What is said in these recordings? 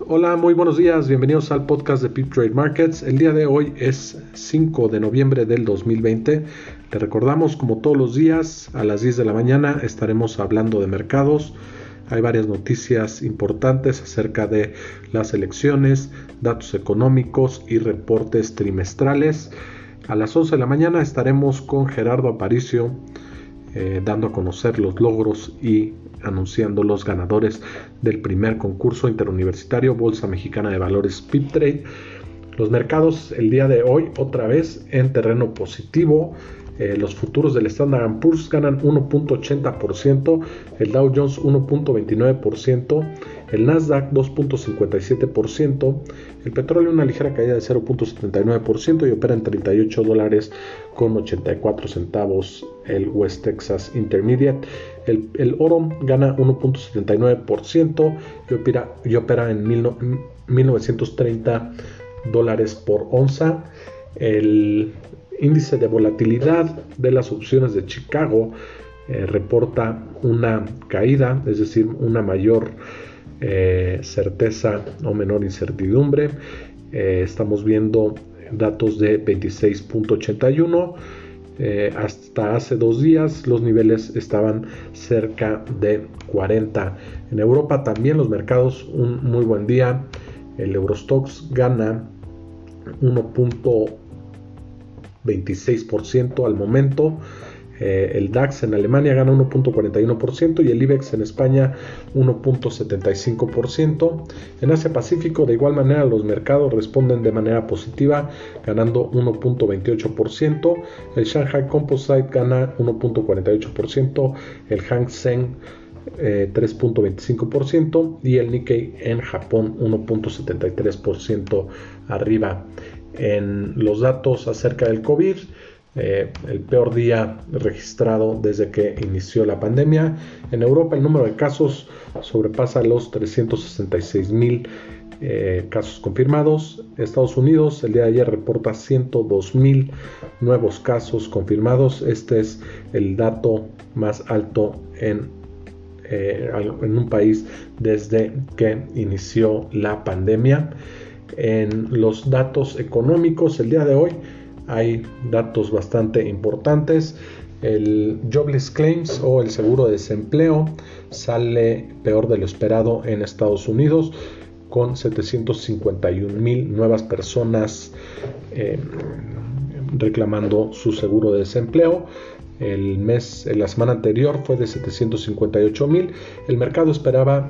Hola, muy buenos días, bienvenidos al podcast de Pip Trade Markets. El día de hoy es 5 de noviembre del 2020. Te recordamos, como todos los días, a las 10 de la mañana estaremos hablando de mercados. Hay varias noticias importantes acerca de las elecciones, datos económicos y reportes trimestrales. A las 11 de la mañana estaremos con Gerardo Aparicio, dando a conocer los logros y anunciando los ganadores del primer concurso interuniversitario Bolsa Mexicana de Valores Pip Trade. Los mercados el día de hoy otra vez en terreno positivo. Los futuros del Standard & Poor's ganan 1.80%, el Dow Jones 1.29%, el Nasdaq 2.57%, el petróleo una ligera caída de 0.79% y opera en $38.84 el West Texas Intermediate. El oro gana 1.79% y opera en $1,930 por onza. El índice de volatilidad de las opciones de Chicago reporta una caída, es decir, una mayor certeza o menor incertidumbre. Estamos viendo datos de 26.81. Hasta hace 2 días los niveles estaban cerca de 40. En Europa también los mercados un muy buen día. El Eurostoxx gana 1.26% al momento. El DAX en Alemania gana 1.41% y el IBEX en España 1.75%. En Asia Pacífico de igual manera los mercados responden de manera positiva, ganando 1.28%. El Shanghai Composite gana 1.48%, el Hang Seng 3.25% y el Nikkei en Japón 1.73% arriba. En los datos acerca del COVID, el peor día registrado desde que inició la pandemia. En Europa el número de casos sobrepasa los 366,000 casos confirmados. Estados Unidos el día de ayer reporta 102,000 nuevos casos confirmados. Este es el dato más alto en un país desde que inició la pandemia. En los datos económicos el día de hoy hay datos bastante importantes. El Jobless Claims o el seguro de desempleo sale peor de lo esperado en Estados Unidos, con 751,000 nuevas personas reclamando su seguro de desempleo. La semana anterior fue de 758,000. El mercado esperaba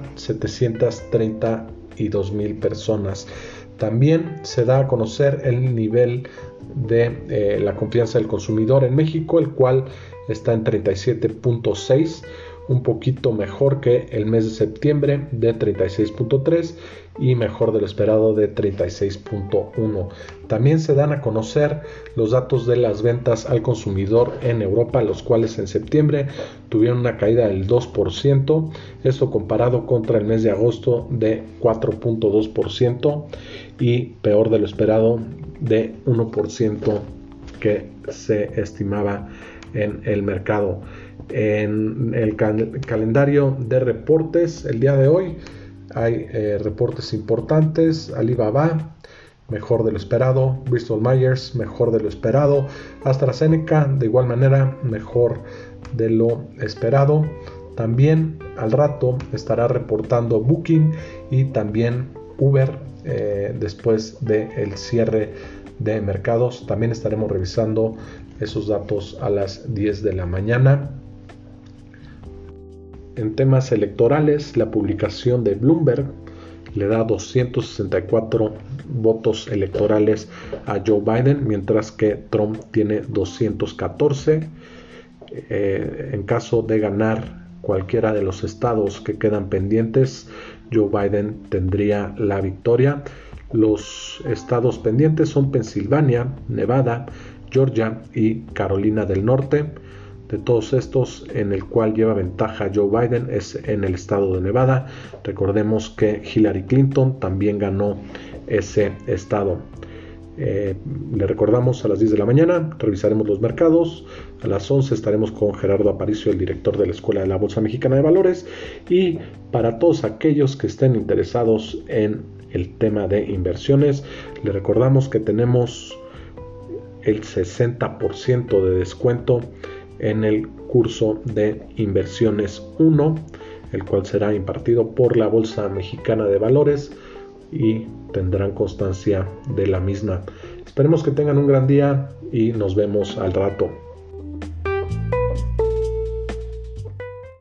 732,000 personas. También se da a conocer el nivel de la confianza del consumidor en México, el cual está en 37.6, un poquito mejor que el mes de septiembre de 36.3 y mejor de lo esperado de 36.1. También se dan a conocer los datos de las ventas al consumidor en Europa, los cuales en septiembre tuvieron una caída del 2%, esto comparado contra el mes de agosto de 4.2% y peor de lo esperado de 1% que se estimaba en el mercado. En el calendario de reportes el día de hoy hay reportes importantes. Alibaba mejor de lo esperado, Bristol Myers mejor de lo esperado, AstraZeneca de igual manera mejor de lo esperado. También al rato estará reportando Booking y también Uber después del cierre de mercados. También estaremos revisando esos datos a las 10 de la mañana. En temas electorales, la publicación de Bloomberg le da 264 votos electorales a Joe Biden, mientras que Trump tiene 214. En caso de ganar cualquiera de los estados que quedan pendientes, Joe Biden tendría la victoria. Los estados pendientes son Pensilvania, Nevada, Georgia y Carolina del Norte. De todos estos, en el cual lleva ventaja Joe Biden es en el estado de Nevada. Recordemos que Hillary Clinton también ganó ese estado. Le recordamos a las 10 de la mañana, revisaremos los mercados. A las 11 estaremos con Gerardo Aparicio, el director de la Escuela de la Bolsa Mexicana de Valores. Y para todos aquellos que estén interesados en el tema de inversiones. Le recordamos que tenemos el 60% de descuento en el curso de Inversiones 1, el cual será impartido por la Bolsa Mexicana de Valores y tendrán constancia de la misma. Esperemos que tengan un gran día y nos vemos al rato.